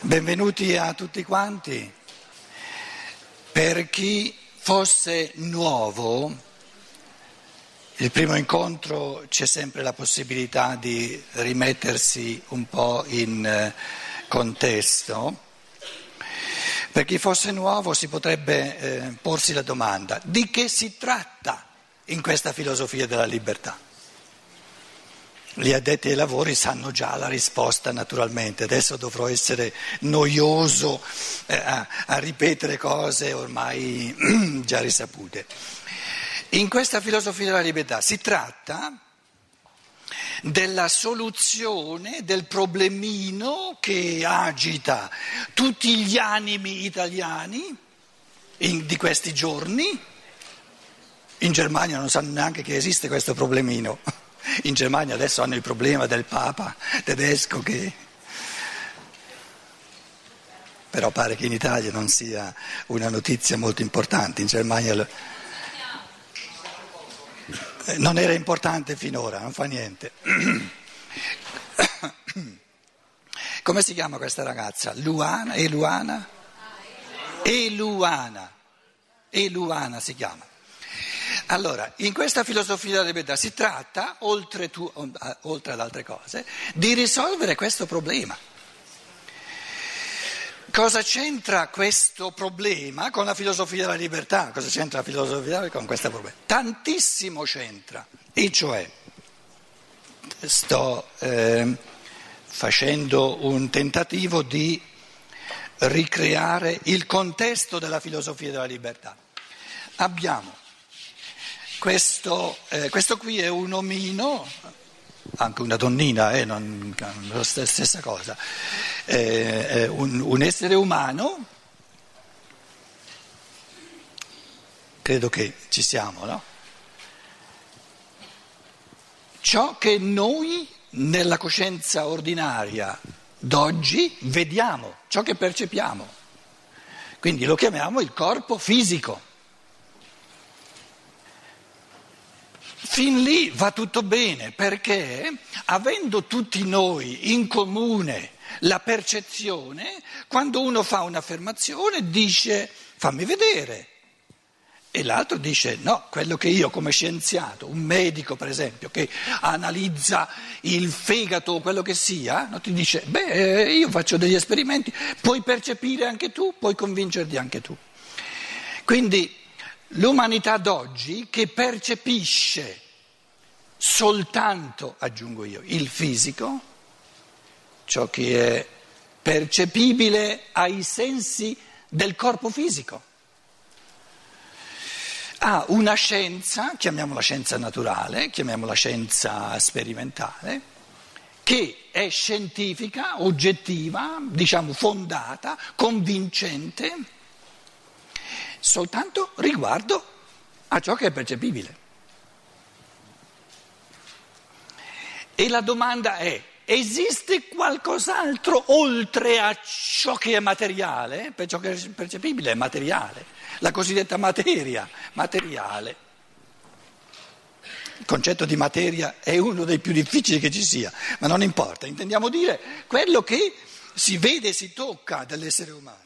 Benvenuti a tutti quanti. Per chi fosse nuovo, il primo incontro c'è sempre la possibilità di rimettersi un po' in contesto. Per chi fosse nuovo si potrebbe porsi la domanda: di che si tratta in questa filosofia della libertà? Gli addetti ai lavori sanno già la risposta naturalmente, adesso dovrò essere noioso a ripetere cose ormai già risapute. In questa filosofia della libertà si tratta della soluzione del problemino che agita tutti gli animi italiani di questi giorni. In Germania non sanno neanche che esiste questo problemino. In Germania adesso hanno il problema del Papa tedesco però pare che in Italia non sia una notizia molto importante. In Germania non era importante finora, non fa niente. Come si chiama questa ragazza? Luana? Eluana? Eluana si chiama. Allora, in questa filosofia della libertà si tratta, oltre ad altre cose, di risolvere questo problema. Cosa c'entra questo problema con la filosofia della libertà? Cosa c'entra la filosofia della libertà con questo problema? Tantissimo c'entra, e cioè sto facendo un tentativo di ricreare il contesto della filosofia della libertà. Abbiamo questo qui è un omino, anche una donnina, non la stessa cosa, un essere umano, credo che ci siamo, no? Ciò che noi nella coscienza ordinaria d'oggi vediamo, ciò che percepiamo, quindi lo chiamiamo il corpo fisico. Fin lì va tutto bene, perché avendo tutti noi in comune la percezione, quando uno fa un'affermazione dice fammi vedere e l'altro dice no, quello che io come scienziato, un medico per esempio che analizza il fegato o quello che sia, no, ti dice io faccio degli esperimenti, puoi percepire anche tu, puoi convincerti anche tu. Quindi l'umanità d'oggi che percepisce soltanto, aggiungo io, il fisico, ciò che è percepibile ai sensi del corpo fisico, ha una scienza, chiamiamola scienza naturale, chiamiamola scienza sperimentale, che è scientifica, oggettiva, diciamo fondata, convincente, soltanto riguardo a ciò che è percepibile. E la domanda è: esiste qualcos'altro oltre a ciò che è materiale? Per ciò che è percepibile è materiale, la cosiddetta materia materiale. Il concetto di materia è uno dei più difficili che ci sia, ma non importa, intendiamo dire quello che si vede e si tocca dell'essere umano.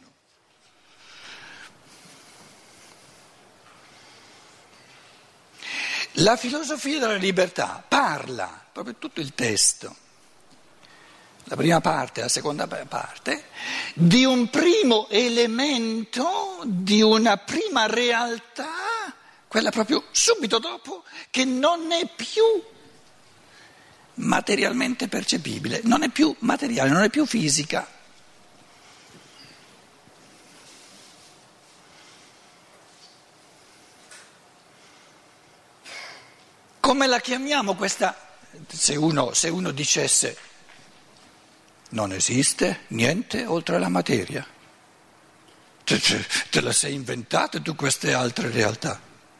La filosofia della libertà parla, proprio tutto il testo, la prima parte e la seconda parte, di un primo elemento, di una prima realtà, quella proprio subito dopo, che non è più materialmente percepibile, non è più materiale, non è più fisica. Come la chiamiamo questa? Se uno dicesse non esiste niente oltre la materia, te la sei inventata tu queste altre realtà.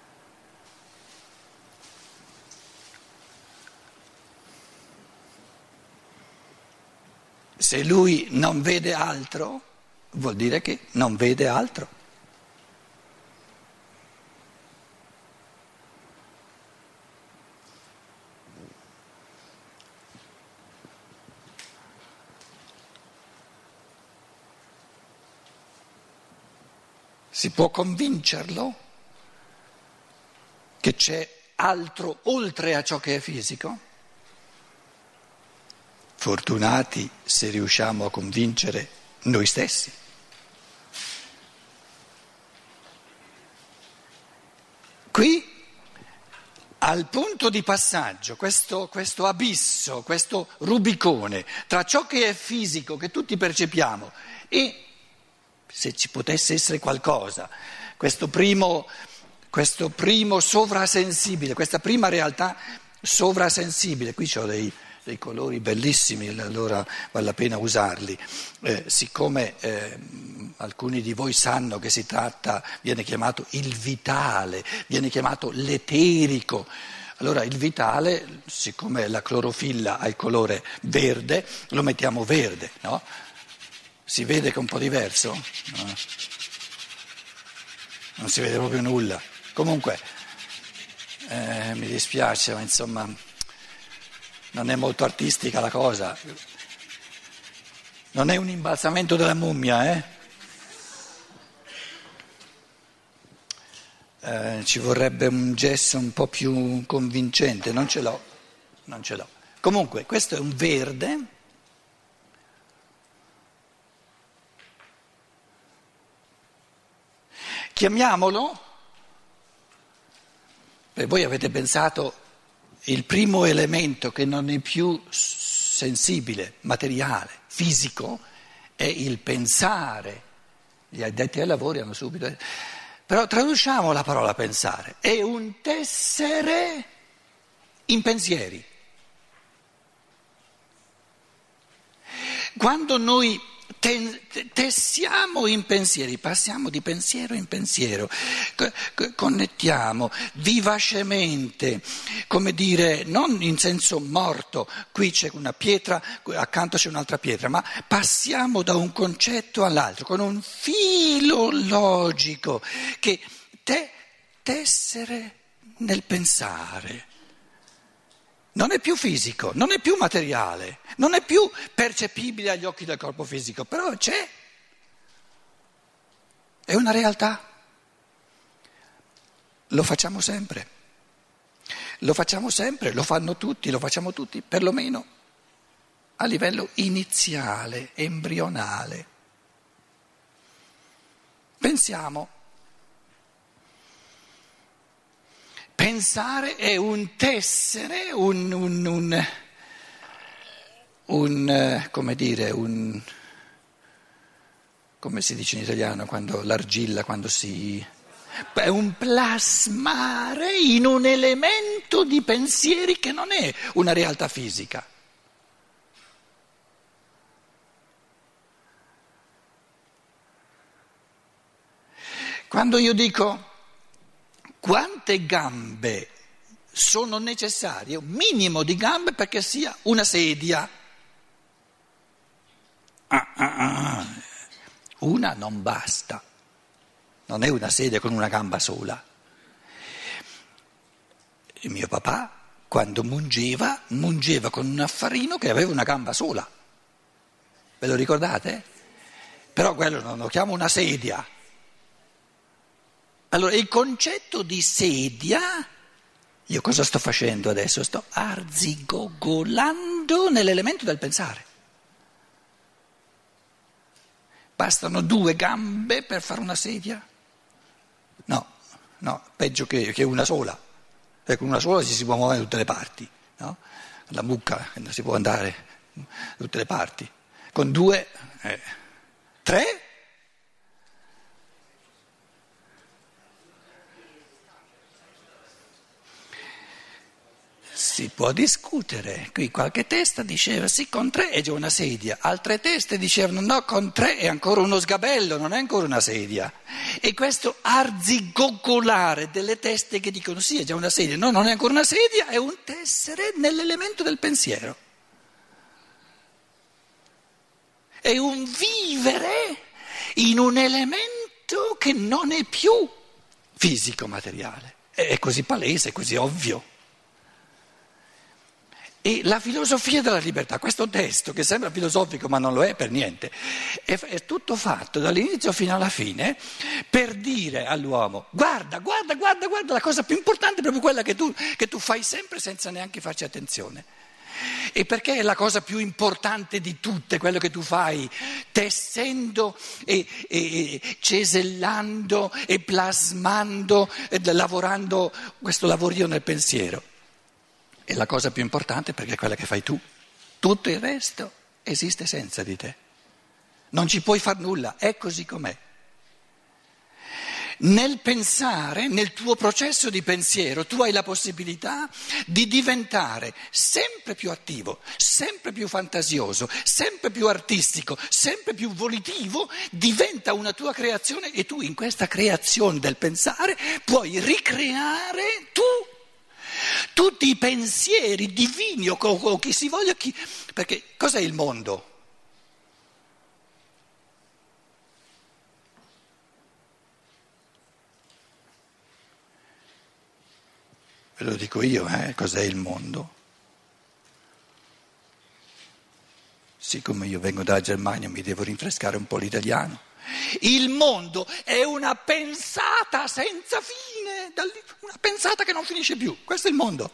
Se lui non vede altro, vuol dire che non vede altro. Si può convincerlo che c'è altro oltre a ciò che è fisico? Fortunati se riusciamo a convincere noi stessi. Qui, al punto di passaggio, questo abisso, questo Rubicone tra ciò che è fisico, che tutti percepiamo, e se ci potesse essere qualcosa, questo primo sovrasensibile, questa prima realtà sovrasensibile, qui c'ho dei colori bellissimi, allora vale la pena usarli, siccome alcuni di voi sanno che viene chiamato il vitale, viene chiamato l'eterico. Allora il vitale, siccome la clorofilla ha il colore verde, lo mettiamo verde, no? Si vede che è un po' diverso? No. Non si vede proprio nulla. Comunque, mi dispiace, ma insomma, non è molto artistica la cosa. Non è un imbalsamento della mummia, ci vorrebbe un gesto un po' più convincente, non ce l'ho. Comunque, questo è un verde. Chiamiamolo, voi avete pensato, il primo elemento che non è più sensibile, materiale, fisico, è il pensare. Gli addetti ai lavori hanno subito... Però traduciamo la parola pensare, è un tessere in pensieri. Quando noi tessiamo in pensieri, passiamo di pensiero in pensiero, connettiamo vivacemente, come dire, non in senso morto, qui c'è una pietra, accanto c'è un'altra pietra, ma passiamo da un concetto all'altro, con un filo logico che tessere nel pensare. Non è più fisico, non è più materiale, non è più percepibile agli occhi del corpo fisico, però c'è, è una realtà. Lo facciamo sempre, lo fanno tutti, lo facciamo tutti, perlomeno a livello iniziale, embrionale. Pensiamo. Pensare è un tessere, come si dice in italiano quando l'argilla, è un plasmare in un elemento di pensieri che non è una realtà fisica. Quando io dico quante gambe sono necessarie, un minimo di gambe perché sia una sedia. Una non basta, non è una sedia con una gamba sola. Il mio papà, quando mungeva con un affarino che aveva una gamba sola. Ve lo ricordate? Però quello non lo chiamo una sedia. Allora, il concetto di sedia, io cosa sto facendo adesso? Sto arzigogolando nell'elemento del pensare. Bastano 2 gambe per fare una sedia? No, peggio che una sola. E con una sola si può muovere da tutte le parti, no? La mucca non si può andare da tutte le parti. Con 2, 3... Si può discutere, qui qualche testa diceva sì, con 3 è già una sedia, altre teste dicevano no, con 3 è ancora uno sgabello, non è ancora una sedia. E questo arzigogolare delle teste che dicono sì, è già una sedia, no, non è ancora una sedia, è un tessere nell'elemento del pensiero. È un vivere in un elemento che non è più fisico, materiale. È così palese, è così ovvio. E la filosofia della libertà, questo testo che sembra filosofico ma non lo è per niente, è tutto fatto dall'inizio fino alla fine per dire all'uomo guarda, la cosa più importante è proprio quella che tu fai sempre senza neanche farci attenzione. E perché è la cosa più importante di tutte, quello che tu fai, tessendo e cesellando e plasmando, e lavorando questo lavorio nel pensiero. È la cosa più importante perché è quella che fai tu. Tutto il resto esiste senza di te. Non ci puoi far nulla, è così com'è. Nel pensare, nel tuo processo di pensiero, tu hai la possibilità di diventare sempre più attivo, sempre più fantasioso, sempre più artistico, sempre più volitivo, diventa una tua creazione e tu in questa creazione del pensare puoi ricreare tutti i pensieri divini o chi si voglia, perché cos'è il mondo? Ve lo dico io, cos'è il mondo? Siccome io vengo dalla Germania mi devo rinfrescare un po' l'italiano. Il mondo è una pensata senza fine, una pensata che non finisce più. Questo è il mondo.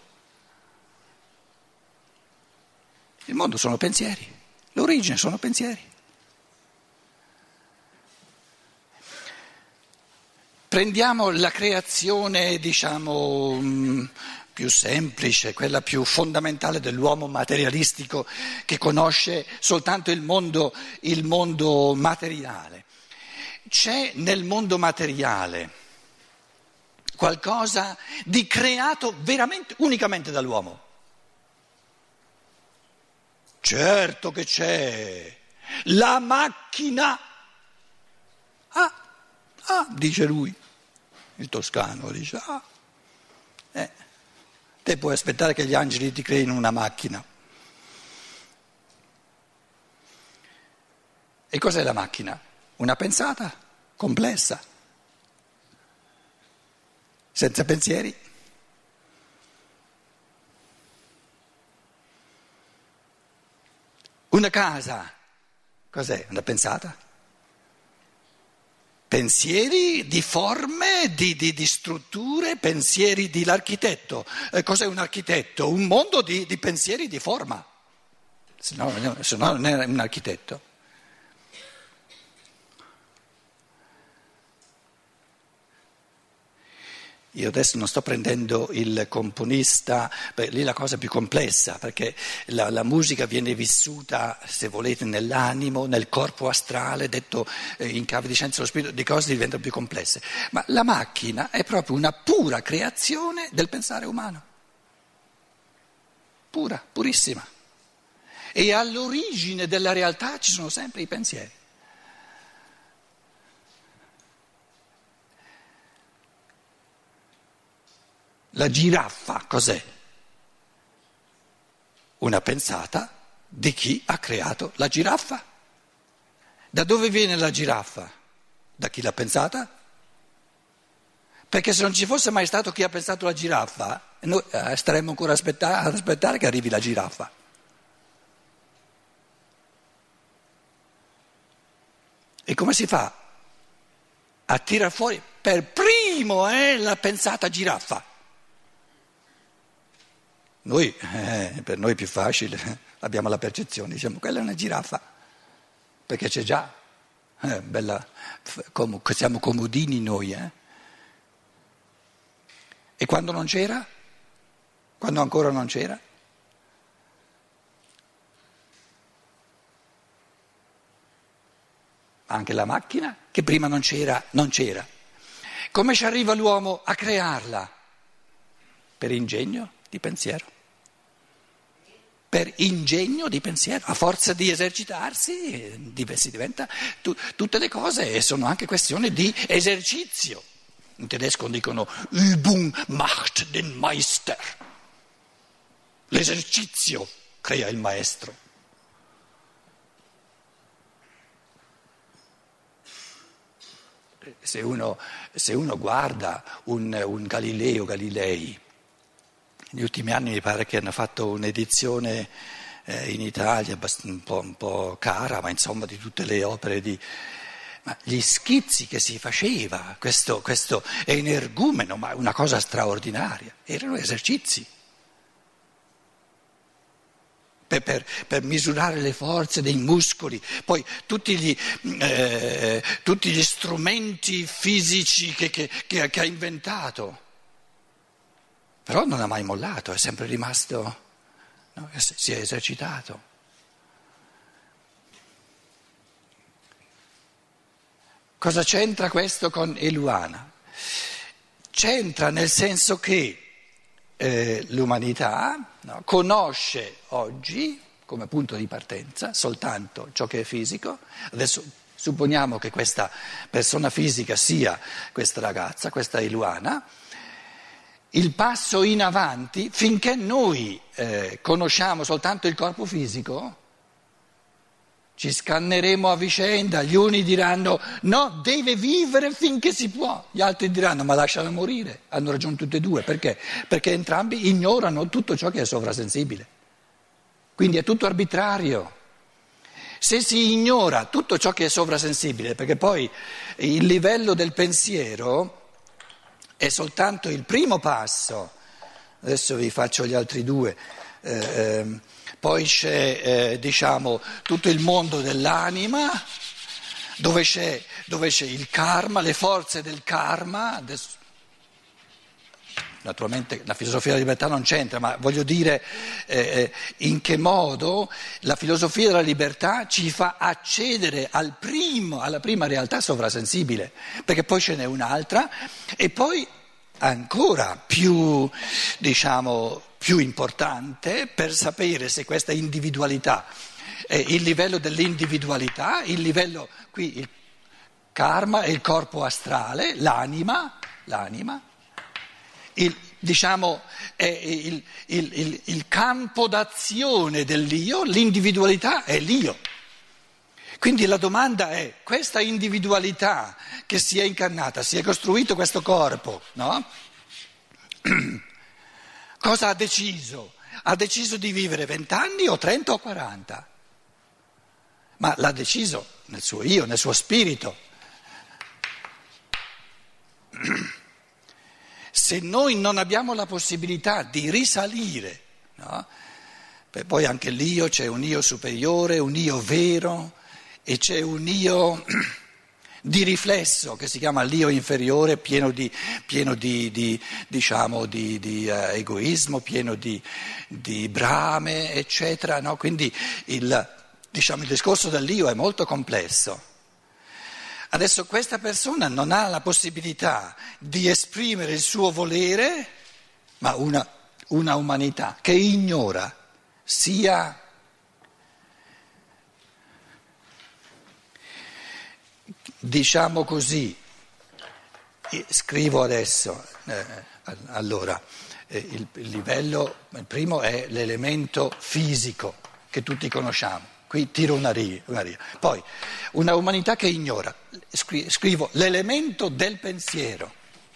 Il mondo sono pensieri, l'origine sono pensieri. Prendiamo la creazione, diciamo, più semplice, quella più fondamentale dell'uomo materialistico che conosce soltanto il mondo materiale. C'è nel mondo materiale qualcosa di creato veramente, unicamente dall'uomo? Certo che c'è, la macchina. Dice lui, il toscano, dice, te puoi aspettare che gli angeli ti creino una macchina. E cos'è la macchina? Una pensata complessa, senza pensieri. Una casa, cos'è? Una pensata? Pensieri di forme, di strutture, pensieri dell'architetto. Cos'è un architetto? Un mondo di pensieri di forma, se no non è un architetto. Io adesso non sto prendendo il componista, lì è la cosa più complessa, perché la musica viene vissuta, se volete, nell'animo, nel corpo astrale, detto in chiave di scienza dello spirito, le cose diventano più complesse. Ma la macchina è proprio una pura creazione del pensare umano, pura, purissima. E all'origine della realtà ci sono sempre i pensieri. La giraffa cos'è? Una pensata di chi ha creato la giraffa. Da dove viene la giraffa? Da chi l'ha pensata? Perché se non ci fosse mai stato chi ha pensato la giraffa, noi staremmo ancora ad aspettare che arrivi la giraffa. E come si fa a tirar fuori per primo la pensata giraffa? Noi, per noi è più facile, abbiamo la percezione, diciamo quella è una giraffa, perché c'è già, bella, siamo comodini noi. E quando non c'era? Quando ancora non c'era? Anche la macchina, che prima non c'era, non c'era. Come ci arriva l'uomo a crearla? Per ingegno di pensiero. Per ingegno di pensiero, a forza di esercitarsi si diventa, tutte le cose sono anche questioni di esercizio. In tedesco dicono Übung macht den Meister. L'esercizio crea il maestro. Se uno guarda un Galileo Galilei Negli ultimi anni mi pare che hanno fatto un'edizione in Italia un po' cara, ma insomma di tutte le opere di... Ma gli schizzi che si faceva, questo energumeno, ma una cosa straordinaria, erano esercizi per misurare le forze dei muscoli, poi tutti gli strumenti fisici che ha inventato. Però non ha mai mollato, è sempre rimasto, no? Si è esercitato. Cosa c'entra questo con Eluana? C'entra nel senso che l'umanità, no, conosce oggi come punto di partenza soltanto ciò che è fisico. Adesso supponiamo che questa persona fisica sia questa ragazza, questa Eluana. Il passo in avanti, finché noi conosciamo soltanto il corpo fisico, ci scanneremo a vicenda, gli uni diranno no, deve vivere finché si può, gli altri diranno ma lasciala morire, hanno ragione tutti e due, perché? Perché entrambi ignorano tutto ciò che è sovrasensibile, quindi è tutto arbitrario. Se si ignora tutto ciò che è sovrasensibile, perché poi il livello del pensiero è soltanto il primo passo, adesso vi faccio gli altri due, poi c'è tutto il mondo dell'anima, dove c'è il karma, le forze del karma. Adesso, naturalmente la filosofia della libertà non c'entra, ma voglio dire in che modo la filosofia della libertà ci fa accedere alla prima realtà sovrasensibile, perché poi ce n'è un'altra e poi ancora più importante per sapere se questa individualità, il livello dell'individualità, il livello qui, il karma è il corpo astrale, l'anima, è il campo d'azione dell'io, l'individualità è l'io. Quindi la domanda è, questa individualità che si è incarnata, si è costruito questo corpo, no? Cosa ha deciso? Ha deciso di vivere 20 anni o 30 o 40? Ma l'ha deciso nel suo io, nel suo spirito. Se noi non abbiamo la possibilità di risalire, no? Poi anche l'io, c'è un io superiore, un io vero e c'è un io di riflesso che si chiama l'io inferiore, pieno di egoismo, pieno di brame, eccetera, no? Quindi il discorso dell'io è molto complesso. Adesso questa persona non ha la possibilità di esprimere il suo volere, ma una umanità che ignora sia diciamo così, scrivo adesso, il livello, il primo è l'elemento fisico che tutti conosciamo, qui tiro una riga. Poi una umanità che ignora, scrivo l'elemento del pensiero,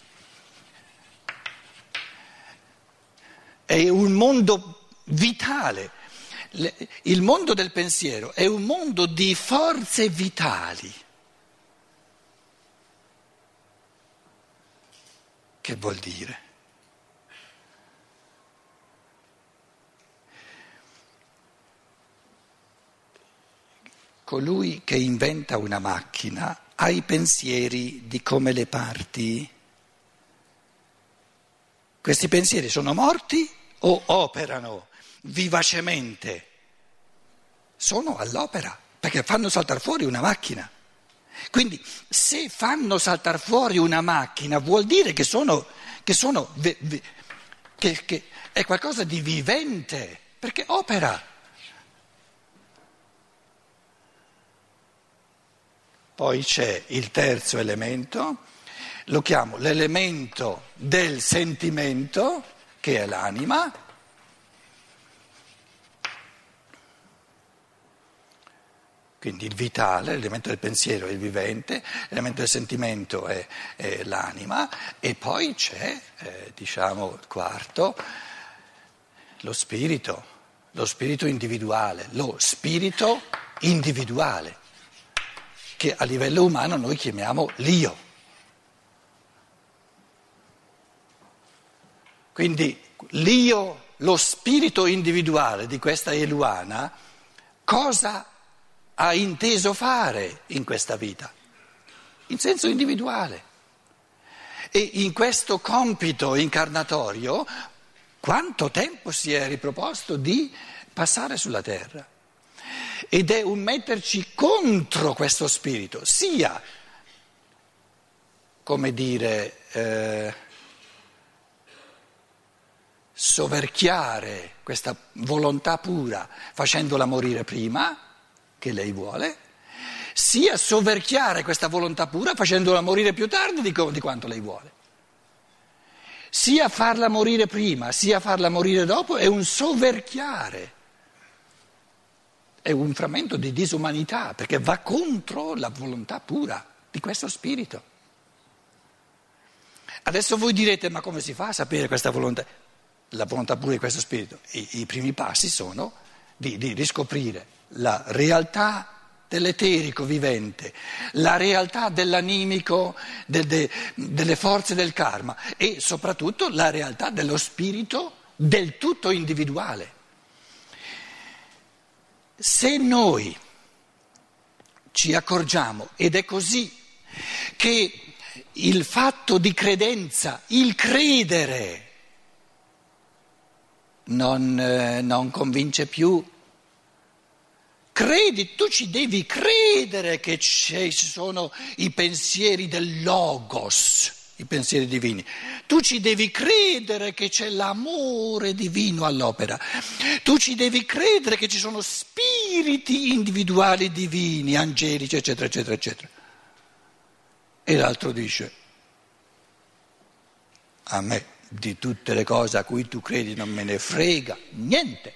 è un mondo vitale, il mondo del pensiero è un mondo di forze vitali. Che vuol dire? Colui che inventa una macchina ha i pensieri di come le parti? Questi pensieri sono morti o operano vivacemente? Sono all'opera, perché fanno saltare fuori una macchina. Quindi se fanno saltare fuori una macchina vuol dire che è qualcosa di vivente, perché opera. Poi c'è il terzo elemento, lo chiamo l'elemento del sentimento, che è l'anima. Quindi il vitale, l'elemento del pensiero è il vivente, l'elemento del sentimento è l'anima e poi c'è, il quarto, lo spirito individuale, che a livello umano noi chiamiamo l'io. Quindi l'io, lo spirito individuale di questa Eluana, cosa ha inteso fare in questa vita? In senso individuale. E in questo compito incarnatorio, quanto tempo si è riproposto di passare sulla terra? Ed è un metterci contro questo spirito, sia, come dire, soverchiare questa volontà pura facendola morire prima, che lei vuole, sia soverchiare questa volontà pura facendola morire più tardi di quanto lei vuole. Sia farla morire prima, sia farla morire dopo è un soverchiare, è un frammento di disumanità perché va contro la volontà pura di questo spirito. Adesso voi direte, ma come si fa a sapere questa volontà? La volontà pura di questo spirito. I primi passi sono di riscoprire la realtà dell'eterico vivente, la realtà dell'animico, delle forze del karma e soprattutto la realtà dello spirito del tutto individuale. Se noi ci accorgiamo, ed è così, che il fatto di credenza, il credere, non convince più. Credi, tu ci devi credere che ci sono i pensieri del Logos, i pensieri divini. Tu ci devi credere che c'è l'amore divino all'opera. Tu ci devi credere che ci sono spiriti individuali divini, angelici, eccetera, eccetera, eccetera. E l'altro dice, a me di tutte le cose a cui tu credi non me ne frega niente.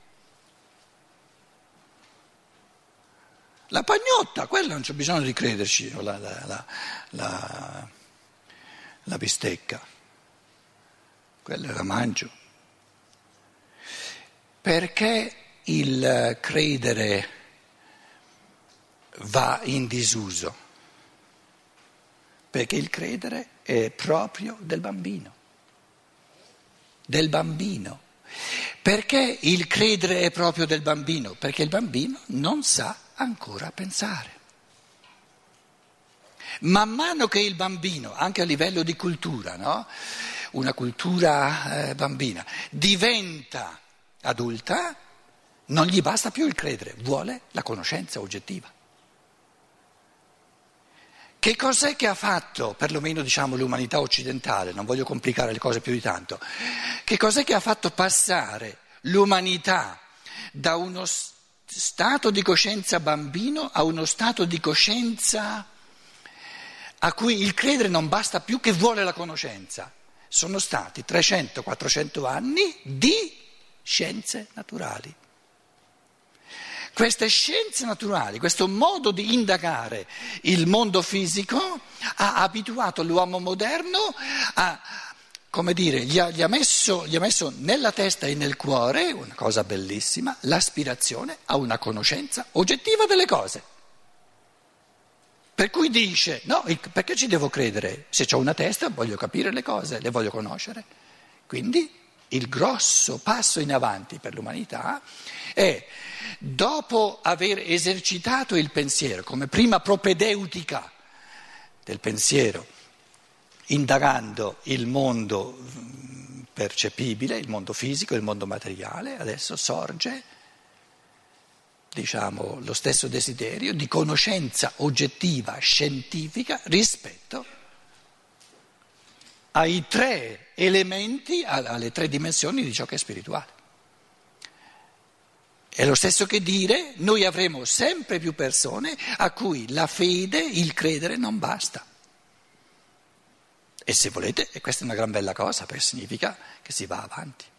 La pagnotta, quella non c'è bisogno di crederci, la bistecca, quella la mangio. Perché il credere va in disuso? Perché il credere è proprio del bambino. Perché il credere è proprio del bambino? Perché il bambino non sa ancora pensare. Man mano che il bambino, anche a livello di cultura, no? Una cultura bambina, diventa adulta, non gli basta più il credere, vuole la conoscenza oggettiva. Che cos'è che ha fatto, perlomeno diciamo l'umanità occidentale, non voglio complicare le cose più di tanto, che cos'è che ha fatto passare l'umanità da uno stato di coscienza bambino a uno stato di coscienza a cui il credere non basta più, che vuole la conoscenza? Sono stati 300-400 anni di scienze naturali. Queste scienze naturali, questo modo di indagare il mondo fisico ha abituato l'uomo moderno a, come dire, gli ha messo nella testa e nel cuore, una cosa bellissima, l'aspirazione a una conoscenza oggettiva delle cose. Per cui dice, no, perché ci devo credere? Se ho una testa voglio capire le cose, le voglio conoscere. Quindi il grosso passo in avanti per l'umanità è, dopo aver esercitato il pensiero come prima propedeutica del pensiero, indagando il mondo percepibile, il mondo fisico, il mondo materiale, adesso sorge, diciamo, lo stesso desiderio di conoscenza oggettiva, scientifica, rispetto ai tre elementi, alle tre dimensioni di ciò che è spirituale. È lo stesso che dire, noi avremo sempre più persone a cui la fede, il credere non basta. E se volete, e questa è una gran bella cosa, perché significa che si va avanti.